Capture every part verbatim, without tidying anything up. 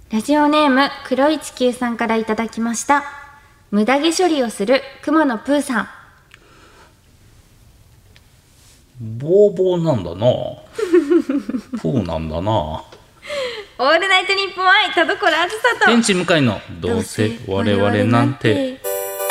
ラジオネーム黒い地球さんからいただきました。無駄毛処理をするくまのプーさん。 ボーボーなんだなプーなんだな。 オールナイトニッポン愛田所あずさと天地向かいのどうせ我々なんて。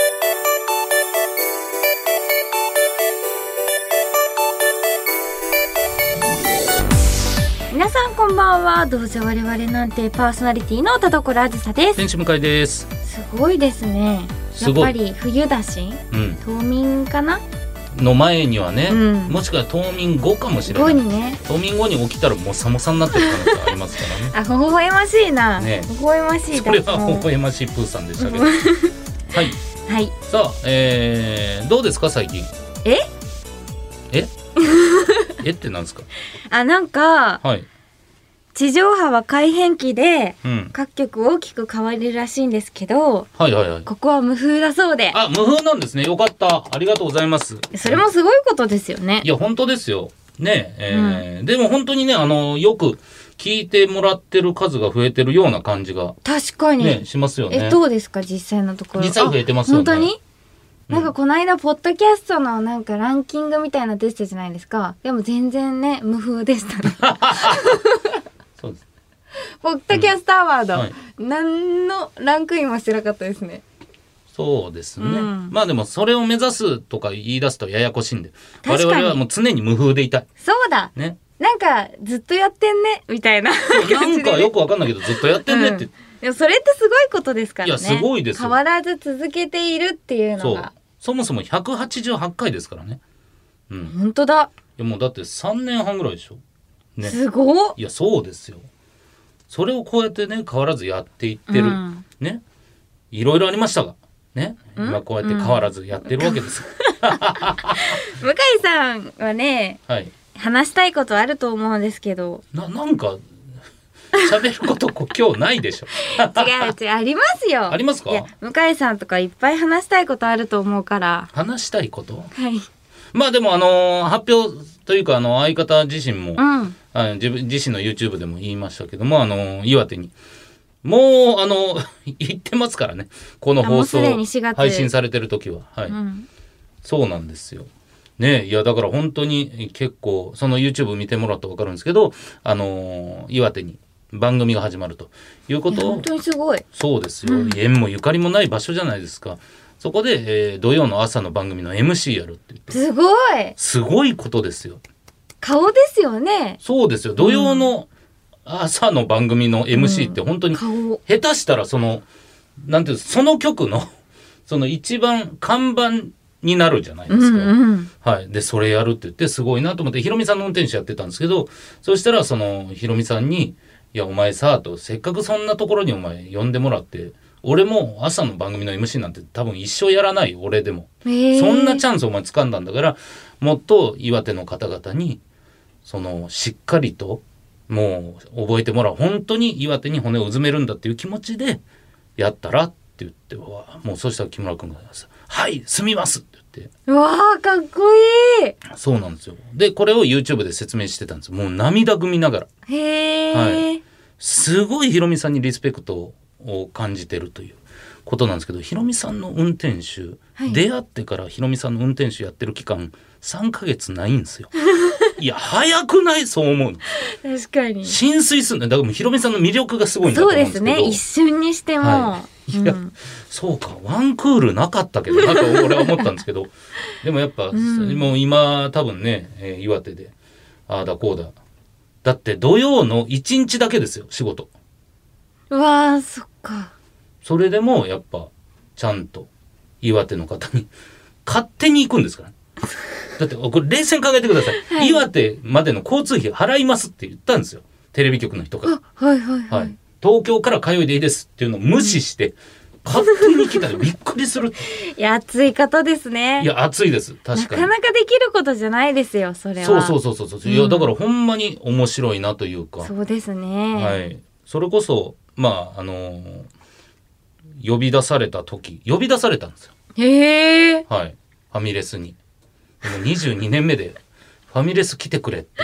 皆さんこんばんは。どうせ我々なんてパーソナリティの田所あずさです。 天地向かいです。 すごいですね。やっぱり冬だし、うん、冬眠かなの前にはね、うん、もしくは冬眠後かもしれない。 後にね、 冬眠後に起きたらもうサモサになってる可能性ありますからね。 あ、微笑ましいな、ね、微笑ましい。 それは微笑ましいプーさんでしたけどはい、 はい、 さあ、えー、どうですか最近。 えええってなんですか。 あ、なんか、はい、地上波は改編期で、うん、各局大きく変わるらしいんですけど、 はいはいはい、 ここは無風だそうで。 あ、無風なんですね。よかった、ありがとうございます。 それもすごいことですよね。 いや本当ですよね、えーうん、でも本当にね、あのよく聞いてもらってる数が増えてるような感じが、 確かに、 ね、しますよね。 え、どうですか実際のところ。 実際増えてますよね。 本当に、なんかこの間ポッドキャストのなんかランキングみたいな出てたじゃないですか。でも全然ね無風でしたねそうです。 ポッドキャストアワード、うん、はい、 何のランクインもしてなかったですね。 そうですね、うん、まあでもそれを目指すとか言い出すとややこしいんで、我々はもう常に無風でいたい。 そうだね、なんかずっとやってんねみたいな感じで、ね、 なんかよくわかんないけどずっとやってんねって、うん、 でもそれってすごいことですからね。 いやすごいですよ。 変わらず続けているっていうのが。 そもそもひゃくはちじゅうはちかいですからね。 うん、本当だ。 いやもうだってさんねんはんぐらいでしょ、ね、 すごっ。 いやそうですよ。それをこうやってね変わらずやっていってる、うん、ね、いろいろありましたがね、今こうやって変わらずやってるわけです、うん、 向井さんはね、はい、話したいことあると思うんですけど、 な, なんか喋ること今日ないでしょ違う違う、ありますよ。 ありますか。 いや向井さんとかいっぱい話したいことあると思うから。 話したいこと、 はい、 まあでもあのー、発表というかあの相方自身も、うん、あの 自, 分自身の YouTube でも言いましたけども、あのー、岩手にもうあの行ってますからね、この放送配信されてる時は、はい、うん、そうなんですよね。いやだから本当に結構その YouTube 見てもらったら分かるんですけど、あのー、岩手に番組が始まるということを、 本当にすごい。 そうですよ、うん、縁もゆかりもない場所じゃないですか。そこで、えー、土曜の朝の番組の エムシー やるって言って、 すごいすごいことですよ。 顔ですよね。 そうですよ、土曜の朝の番組の エムシー って本当に、うん、下手したらそのなんていうその局のその一番看板になるじゃないですか、うんうん、はい、でそれやるって言ってすごいなと思って、ひろみさんの運転手やってたんですけど、そしたらそのひろみさんに、いやお前さと、せっかくそんなところにお前呼んでもらって、俺も朝の番組の エムシー なんて多分一生やらない俺でも、そんなチャンスお前掴んだんだから、もっと岩手の方々にそのしっかりともう覚えてもらう、本当に岩手に骨をうずめるんだっていう気持ちでやったらって言って、わもうそしたら木村君がはい住みますって言って、 うわーかっこいい。 そうなんですよ。でこれを YouTube で説明してたんです。もう涙ぐみながら、 へー、 はい、すごいひろみさんにリスペクトを感じてるということなんですけど、ひろみさんの運転手、はい、出会ってからひろみさんの運転手やってる期間さんかげつないんですよいや早くない？そう思うの。 確かに浸水するんだ。だからもうひろみさんの魅力がすごいんだと思うんですけど、 そうですね、一瞬にしても、 はい、いや、うん、そうかワンクールなかったけどなと俺は思ったんですけどでもやっぱ、うん、もう今多分ね、えー、岩手でああだこうだ、だって土曜のいちにちだけですよ仕事。 うわーそっか。 それでもやっぱちゃんと岩手の方に勝手に行くんですから、ね、だってこれ冷静に考えてください、はい、岩手までの交通費払いますって言ったんですよテレビ局の人が、 はいはいはい、はい、 東京から通いでいいですっていうのを無視して、うん、勝手に来たらびっくりするいや熱い方ですね。 いや熱いです、確かになかなかできることじゃないですよそれは。 そうそうそうそう、うん、いやだからほんまに面白いなというか。 そうですね、 はい、それこそまああのー、呼び出された時呼び出されたんですよ。 へえ、 はい、ファミレスに。でもにじゅうにねんめでファミレス来てくれって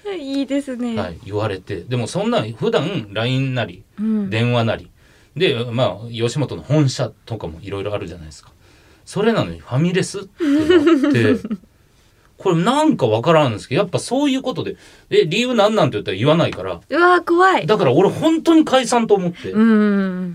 いいですね、 はい、言われて、でもそんな普段 ライン なり、うん、電話なりで、まあ吉本の本社とかもいろいろあるじゃないですか。それなのにファミレスってなってこれなんかわからんですけど、やっぱそういうことで、え理由なんなんて言ったら言わないから、 うわ怖い。 だから俺本当に解散と思って、 うん、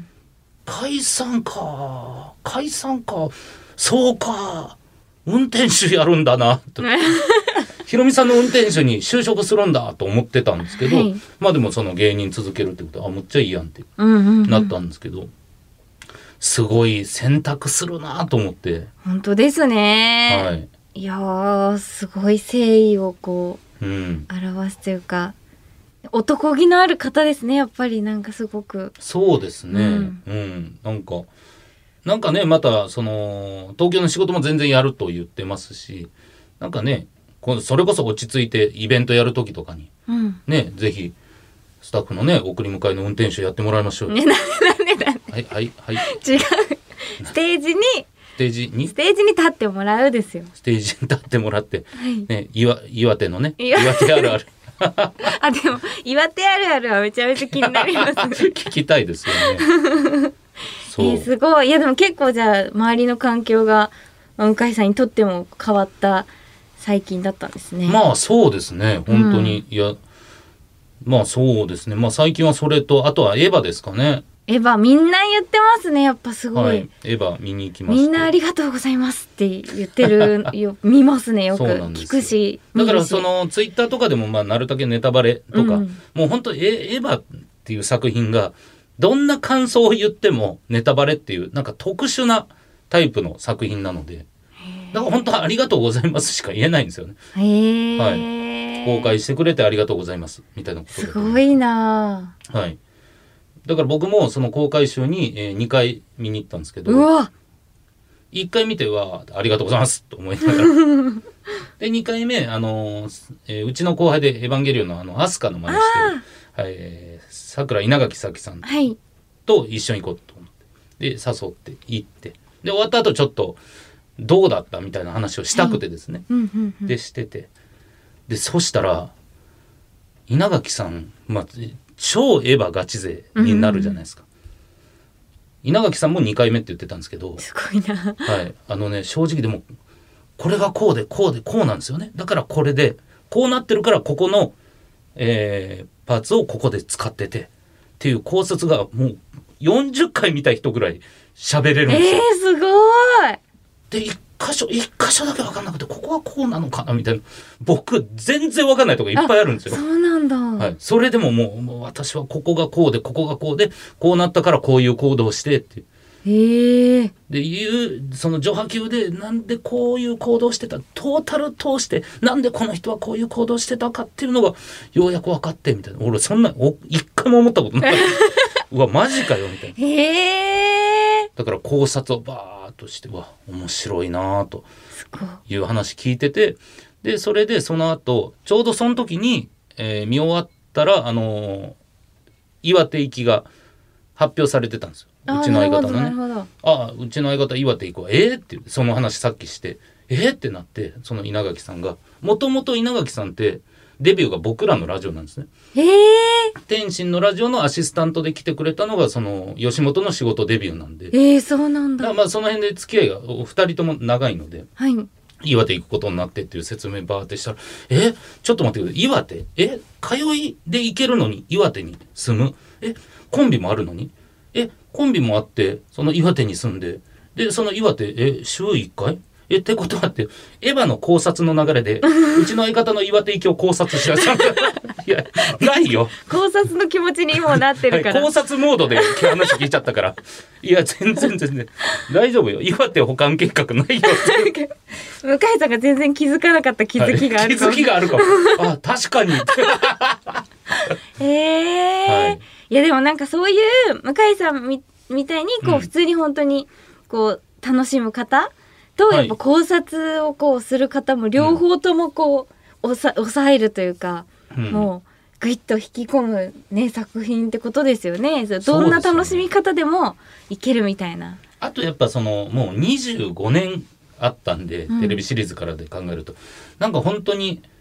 解散か解散かそうか運転手やるんだなとひろみさんの運転手に就職するんだと思ってたんですけど、はい、まあでもその芸人続けるってことはあむっちゃいいやんってなったんですけど、うんうんうん、すごい選択するなと思って。 本当ですね、はい、いやーすごい誠意をこう、うん、表すというか男気のある方ですね、やっぱり。なんかすごくそうですね、うん、うん、なんかなんかね、またその東京の仕事も全然やると言ってますし、なんかねそれこそ落ち着いてイベントやる時とかに、うん、ねぜひスタッフのね送り迎えの運転手やってもらいましょう。 ね、なんでなんでなんではいはいはい違うステージにステージにステージに立ってもらうですよ。 ステージに立ってもらって、はいね、岩, 岩手のね岩手あるあるあでも岩手あるあるはめちゃめちゃ気になります聞きたいですよねそう、 えー、すごい。いやでも結構じゃあ周りの環境が向井さんにとっても変わった最近だったんですね。 まあそうですね本当に、うん、いやまあそうですね、まあ最近はそれとあとはエヴァですかね。 エヴァみんな言ってますね、やっぱすごい、はい、 エヴァ見に行きました。 みんなありがとうございますって言ってるよ見ますね、よく聞くし。 だからそのツイッターとかでもまあなるだけネタバレとか、うん、もう本当エエヴァっていう作品がどんな感想を言ってもネタバレっていうなんか特殊なタイプの作品なので、だから本当はありがとうございますしか言えないんですよね。へー、はい、公開してくれてありがとうございますみたいなことすごいな、 はい、だから僕もその公開週に、えー、にかい見に行ったんですけど、 うわいっかい見てはありがとうございますと思いながらでにかいめ、あのーえー、うちの後輩でエヴァンゲリオンのあのアスカの真似してる、はいえー、桜稲垣咲さんと一緒に行こうと思って、で誘って行って、で終わった後ちょっとどうだったみたいな話をしたくてですね、はいうんうんうん、でしてて、でそしたら稲垣さん、まあ、超エヴァガチ勢になるじゃないですか、うんうん、稲垣さんもにかいめって言ってたんですけど、 すごいな、 はい、あのね正直でもこれがこうでこうでこうなんですよね。だからこれでこうなってるからここの、えー、パーツをここで使っててっていう考察がもうよんじゅっかい見た人ぐらい喋れるんですよ。 えー、すごい。 で一箇所一箇所だけ分かんなくて、ここはこうなのかなみたいな、僕全然分かんないとこいっぱいあるんですよ。 そうなんだ、 はい、それでももう、もう私はここがこうでここがこうでこうなったからこういう行動をしてってへえ。 でいうその序波級でなんでこういう行動してた、トータル通してなんでこの人はこういう行動してたかっていうのがようやく分かってみたいな。俺そんな一回も思ったことないうわマジかよみたいな。 へえ。 だから考察をバーッとしてわ面白いなという話聞いてて、でそれでその後ちょうどその時に、えー、見終わったらあのー、岩手行きが発表されてたんですよ。うちの相方のね、あうちの相方岩手行こう、えー、ってその話さっきしてえー、ってなって、その稲垣さんがもともと稲垣さんってデビューが僕らのラジオなんですね。 えー、 天心のラジオのアシスタントで来てくれたのがその吉本の仕事デビューなんで、 えー、そうなんだ。 だからまあその辺で付き合いがお二人とも長いので、 はい、 岩手行くことになってっていう説明バーってしたら、えちょっと待ってください、岩手え通いで行けるのに岩手に住む、えコンビもあるのに、えコンビもあってその岩手に住んで、でその岩手え週いっかいえってことはってエヴァの考察の流れでうちの相方の岩手行きを考察しだしたいやないよ、 考察の気持ちにもなってるから、 はい、考察モードで話聞いちゃったからいや全然全然大丈夫よ、岩手保管計画ないよって向井さんが全然気づかなかった気づきがあるかも、 はい、気づきがあるかもあ確かにへえーはい、いやでもなんかそういう向井さん み, みたいにこう、うん、普通に本当にこう楽しむ方とやっぱ考察をこうする方も両方ともこう、うん、抑えるというか、うん、もうグイッと引き込む、ね、作品ってことですよね。どんな楽しみ方でもいけるみたいな。 あとやっぱそのもうにじゅうごねんあったんで、うん、テレビシリーズからで考えるとなんか本当に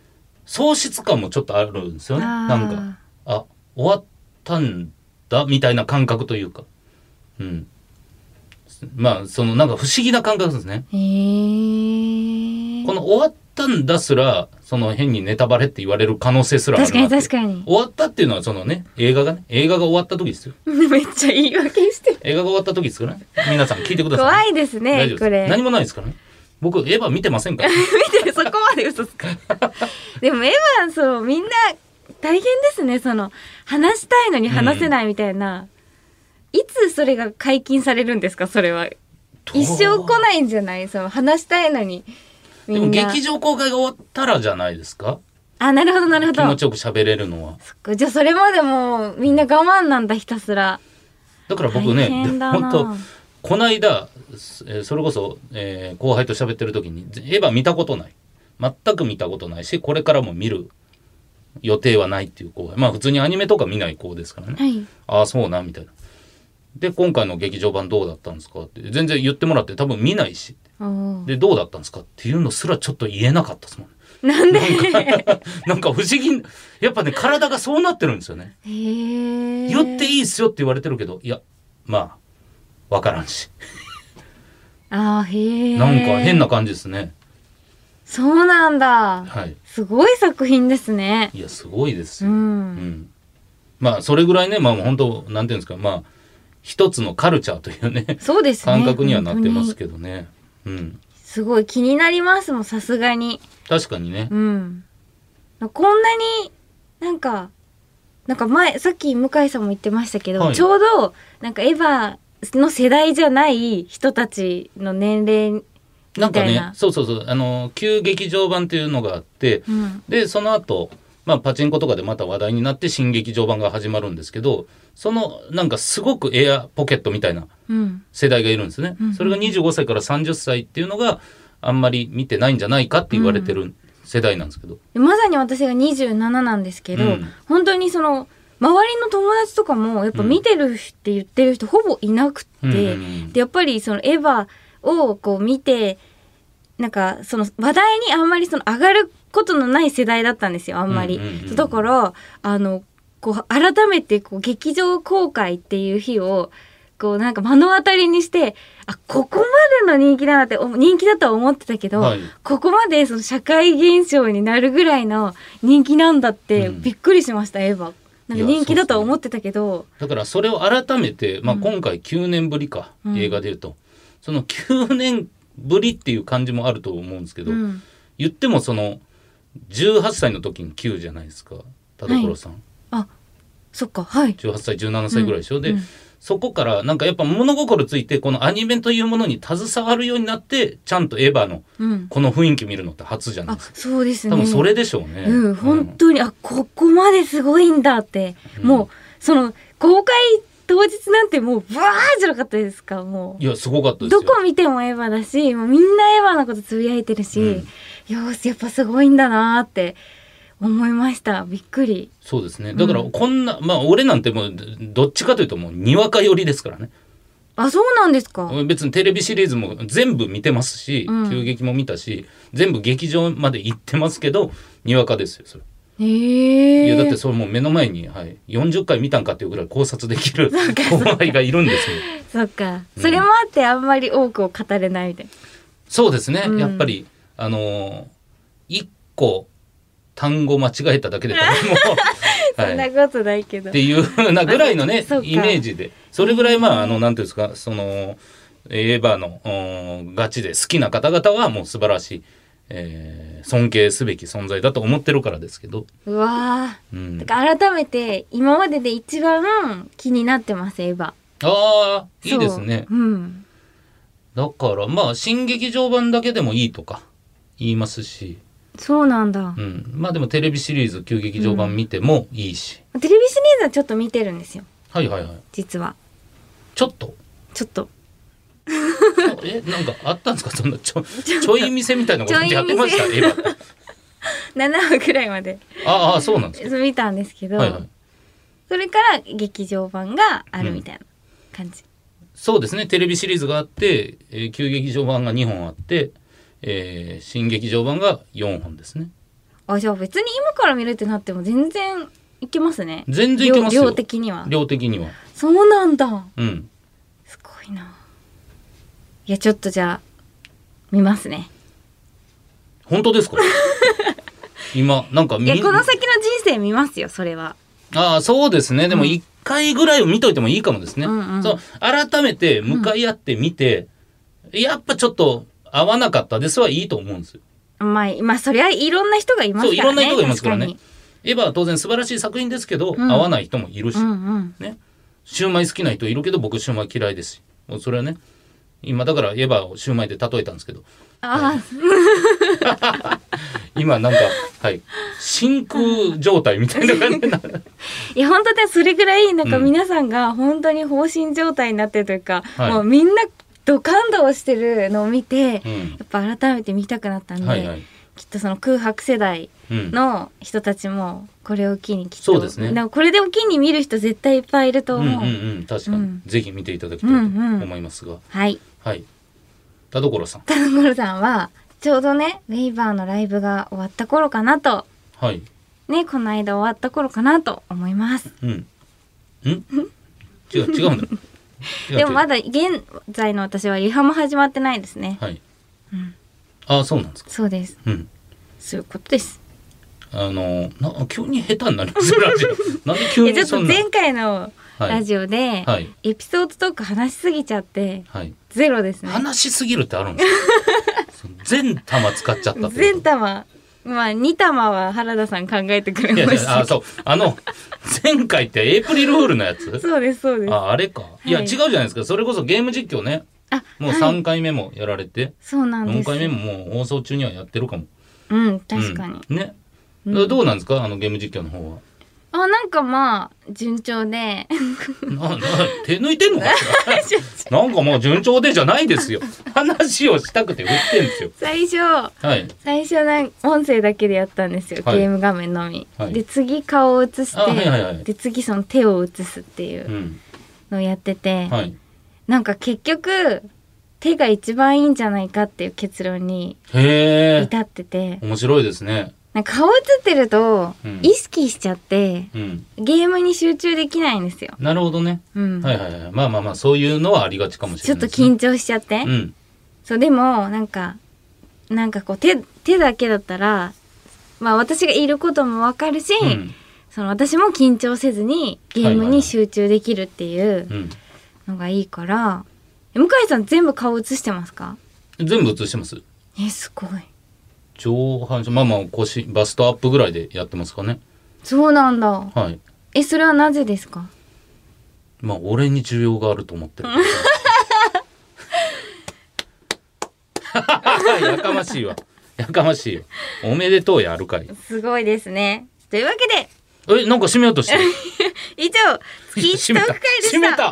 喪失感もちょっとあるんですよね。なんかあ終わったんだみたいな感覚というか、うん、まあそのなんか不思議な感覚ですね。 へー。 この終わったんだすらその変にネタバレって言われる可能性すらあるなって。 確かに確かに。 終わったっていうのはそのね映画がね映画が終わった時ですよ。 めっちゃ言い訳してる。 映画が終わった時ですからね。皆さん聞いてください、ね。 怖いですね。 大丈夫です。 これ何もないですからね。僕エヴァ見てませんから、ね、 見てるそこまで嘘つかでもエヴァそうみんな大変ですね。その話したいのに話せないみたいな、うん、いつそれが解禁されるんですか。それは一生来ないんじゃない。その話したいのにみんな。 でも劇場公開が終わったらじゃないですか。 あ、なるほどなるほど。 気持ちよく喋れるのは。 そっか、じゃあそれまでもみんな我慢なんだひたすら。 だから僕ね本当この間それこそ、えー、後輩と喋ってる時にエヴァ見たことない全く見たことないしこれからも見る予定はないっていう後輩、まあ普通にアニメとか見ない子ですからね、 はい、 ああそうなみたいな。で今回の劇場版どうだったんですかって全然言ってもらって多分見ないしでどうだったんですかっていうのすらちょっと言えなかったですもん。 なんでなんかなんか不思議やっぱね体がそうなってるんですよね。 へー。 言っていいっすよって言われてるけどいやまあわからんしあーへー。 なんか変な感じですね。 そうなんだ、 はい、 すごい作品ですね。 いやすごいですよ、 うんうん、まあそれぐらいねまあ本当なんていうんですかまあ一つのカルチャーというねそうですね感覚にはなってますけどね、うん、 すごい気になりますもんさすがに。 確かにね、 うん、こんなになんかなんか前さっき向井さんも言ってましたけど、はい、ちょうどなんかエヴァの世代じゃない人たちの年齢みたいな。 なんかねそうそうそうあの旧劇場版っていうのがあって、うん、でその後まあパチンコとかでまた話題になって新劇場版が始まるんですけどそのなんかすごくエアポケットみたいな世代がいるんですね、うん、それがにじゅうごさいからさんじゅっさいっていうのがあんまり見てないんじゃないかって言われてる世代なんですけど、 うん、まさに私がにじゅうなななんですけど、うん、本当にその周りの友達とかもやっぱ見てるって言ってる人ほぼいなくって、うん、でやっぱりそのエヴァをこう見てなんかその話題にあんまりその上がることのない世代だったんですよあんまり、うんうんうん、だからあのこう改めてこう劇場公開っていう日をこうなんか目の当たりにしてあここまでの人気だなって人気だとは思ってたけど、はい、ここまでその社会現象になるぐらいの人気なんだってびっくりしました、うん、エヴァなんか人気だとは思ってたけど、 ね、だからそれを改めて、まあ、今回きゅうねんぶりか、うん、映画でいうとそのきゅうねんぶりっていう感じもあると思うんですけど、うん、言ってもそのじゅうはっさいの時にきゅうじゃないですか田所さん、はい、 あそっかはいじゅうはっさいじゅうななさいぐらいでしょ、うん、で、 うん、 そこからなんかやっぱ物心ついてこのアニメというものに携わるようになってちゃんとエヴァのこの雰囲気見るのって初じゃないですか、 うん、あそうですね多分それでしょうね、 うん、本当に、うん、あここまですごいんだって、うん、もうその公開当日なんてもうブワーじゃなかったですか。もういやすごかったですよ。 どこ見てもエヴァだしもうみんなエヴァのことつぶやいてるし、うん、よしやっぱすごいんだなって思いました。びっくり。 そうですねだからこんな、うん、まあ俺なんてもうどっちかというともうにわか寄りですからね。 あそうなんですか。 別にテレビシリーズも全部見てますし、うん、急激も見たし全部劇場まで行ってますけどにわかですよそれ。 へーいやだってそれもう目の前に、はい、よんじゅっかい見たんかっていうぐらい考察できる後輩がいるんですよ。 そっか、うん、それもあってあんまり多くを語れないみたいな。 そうですね、うん、やっぱりあのー、いっこ単語間違えただけでもそんなことないけど、 はい、っていう風なぐらいのねイメージでそれぐらいまああのなんていうんですかそのエヴァのガチで好きな方々はもう素晴らしい、えー、尊敬すべき存在だと思ってるからですけど。 うわー、うん、だから改めて今までで一番気になってますエヴァ。 ああいいですね、 うん、 だからまあ新劇場版だけでもいいとか言いますし。 そうなんだ、 うん、まあでもテレビシリーズ旧劇場版見てもいいし、 うん、テレビシリーズはちょっと見てるんですよ。 はいはいはい。 実はちょっとちょっとえなんかあったんですかそんなちょちょい見せみたいなことやってましたエヴァななわぐらいまでああそうなんですか。 見たんですけど、はいはい、それから劇場版があるみたいな感じ、うん、 そうですねテレビシリーズがあって、えー、旧劇場版がにほんあって、えー、新劇場版がよんほんですね。 あ、じゃあ別に今から見るってなっても全然いけますね。 全然いけますよ。 量的には。 量的には。 そうなんだ。 うん。 すごいな。いやちょっとじゃあ見ますね。 本当ですか？今なんかいやこの先の人生見ますよそれは。 ああそうですね。でも一回ぐらいを見といてもいいかもですね。うんうん、そう改めて向かい合ってみて、うん、やっぱちょっと合わなかったですはいいと思うんですよ。 まあ、まあそりゃいろんな人がいますからね。 そういろんな人がいますからね。エヴァは当然素晴らしい作品ですけど、うん、合わない人もいるし、うんうん、ね。シューマイ好きな人いるけど僕シューマイ嫌いですし、もうそれはね。今だからエヴァをシューマイで例えたんですけど。ああ。今なんかはい真空状態みたいな感じになる。 いや本当でそれぐらいなんか皆さんが本当に放心状態になってるというか、うん、もうみんなド感動してるのを見て、うん、やっぱ改めて見たくなったんで、はいはい、きっとその空白世代の人たちもこれを機にきっと、 そうですね。 なんかこれでを機に見る人絶対いっぱいいると思う。 うんうんうん、確かに、うん、ぜひ見ていただきたいと思いますが、うんうん、 はいはい田所さん田所さんはちょうどねウェイバーのライブが終わった頃かなと、 はいねこの間終わった頃かなと思います。 うん。ん？違う違うんだ。 でもまだ現在の私はリハも始まってないですね。 はい。うん、ああそうなんですか。 そうです。うん。そういうことです。 あのな急に下手になりますラジオ。なんで急にそんな。 ちょっと前回のラジオで、はい、エピソードトーク話しすぎちゃって、はい、ゼロですね。 話しすぎるってあるんですか。全玉使っちゃったって。 全玉。まあに玉は原田さん考えてくれました。いやいやあそうあの前回ってエイプリルフールのやつ。 そうですそうです。 ああれか。いや、はい、違うじゃないですか。それこそゲーム実況ね。あもうさんかいめもやられて、はい、 そうなんです。 よんかいめももう放送中にはやってるかも。 うん確かに。 うん、ね、うん、どうなんですかあのゲーム実況の方は。 あなんかまあ順調でなな手抜いてんのかなんかもう順調でじゃないですよ。話をしたくて振ってんですよ。 最初、はい、最初なん音声だけでやったんですよ、はい、ゲーム画面のみ、はい、で次顔を映して、はいはいはい、で次その手を映すっていうのをやってて、うん、なんか結局手が一番いいんじゃないかっていう結論に至ってて面白いですね。 なんか顔映ってると意識しちゃって、うん、ゲームに集中できないんですよ。 なるほどね、うん、はいはいはい。まあまあまあそういうのはありがちかもしれないですね。 ちょっと緊張しちゃって、うん、そうでもなんかなんかこう 手, 手だけだったらまあ私がいることもわかるし、うん、その私も緊張せずにゲームに集中できるっていうのがいいから、はいはいはい、向井さん全部顔映してますか？ 全部映してます。 えすごい。 上半身まあまあ腰バストアップぐらいでやってますかね。 そうなんだ。 はい。 えそれはなぜですか？ まあ俺に需要があると思ってる。やかましいわ。やかましいよ。おめでとうやあるかい。 すごいですね。というわけで。 えなんか締めようとしてる。 以上月一トーク会でした。締めた。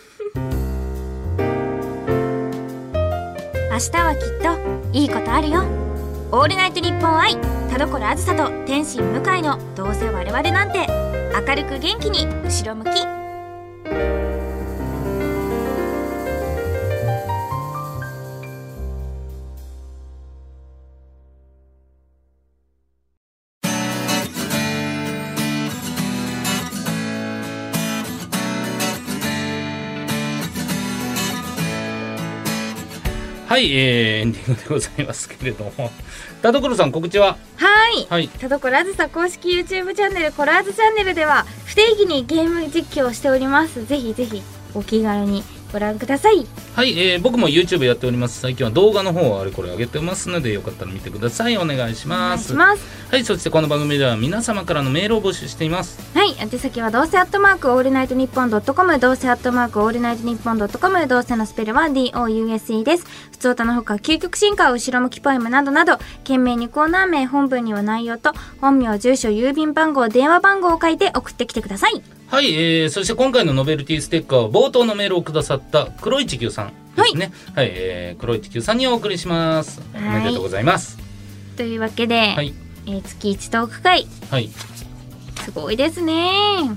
明日はきっといいことあるよ。オールナイトニッポン愛田所あずさと天心向井のどうせ我々なんて明るく元気に後ろ向き。 はい、えー、エンディングでございますけれども田所さん告知は？ はい、はい、田所あずさ公式 YouTube チャンネルコラーズチャンネルでは不定期にゲーム実況をしております。ぜひぜひお気軽にご覧ください。 はい、えー、僕も YouTube やっております。最近は動画の方をあれこれ上げてますのでよかったら見てください。お願いします。 お願いします。 はい、そしてこの番組では皆様からのメールを募集しています。 はい、宛先はどうせアットマークオールナイトニッポンドットコム、どうせアットマークオールナイトニッポンドットコム、どうせのスペルは ディーオーユーエスイー です。普通歌のほか究極進化、後ろ向きポエムなどなど懸命にコーナー名、本文には内容と本名、住所、郵便番号、電話番号を書いて送ってきてください。 はい、えー、そして今回のノベルティステッカーは冒頭のメールをくださった黒い地球さんですね。はい、はい、えー、黒い地球さんにお送りします。おめでとうございます。 というわけで、はい、えー、月一トーク会、はい、すごいですね。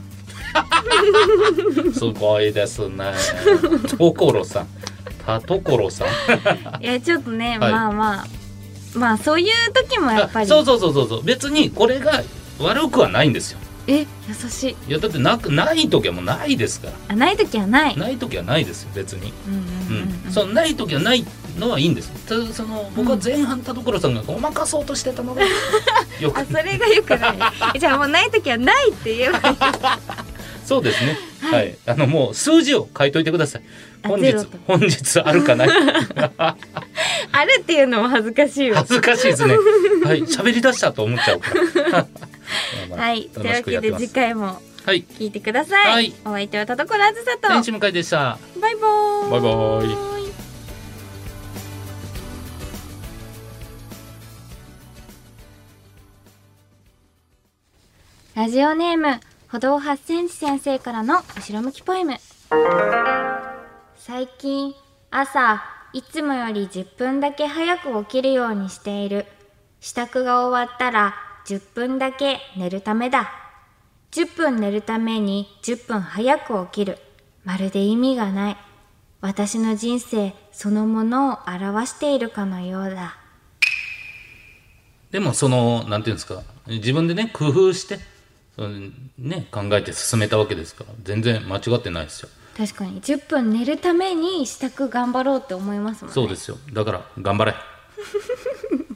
すごいですね。所さん、田所さん。 いやちょっとね、はい、まあまあまあそういう時もやっぱりそうそうそうそうそう、別にこれが悪くはないんですよ。 え優しい。 いやだってなくない時はもうないですから。 あない時はない。 ない時はないですよ別に。 うんうんうんうんうん、そのない時はないのはいいんです。ただその僕は前半田所さんがごまかそうとしてたのがよくあそれがよくないじゃあもうない時はないって言えばいいそうですね、 はいはい、あのもう数字を書いといてください。本日本日あるかないあるっていうのも恥ずかしいわ。 恥ずかしいですね。はい喋り出したと思っちゃうからまあはいというわけで次回もはい聞いてください、 はい、 お相手は田所あずさと天使向井でした。 バイバーイ。 バイバーイ。 ラジオネーム歩道はちセンチ先生からの後ろ向きポエム。最近朝いつもよりじゅっぷんだけ早く起きるようにしている。支度が終わったらじゅっぷんだけ寝るためだ。じゅっぷん寝るためにじゅっぷん早く起きる。まるで意味がない。私の人生そのものを表しているかのようだ。 でもそのなんていうんですか、自分でね工夫してそのね考えて進めたわけですから全然間違ってないですよ。 確かにじゅっぷん寝るために支度頑張ろうって思いますもんね。 そうですよ。だから頑張れ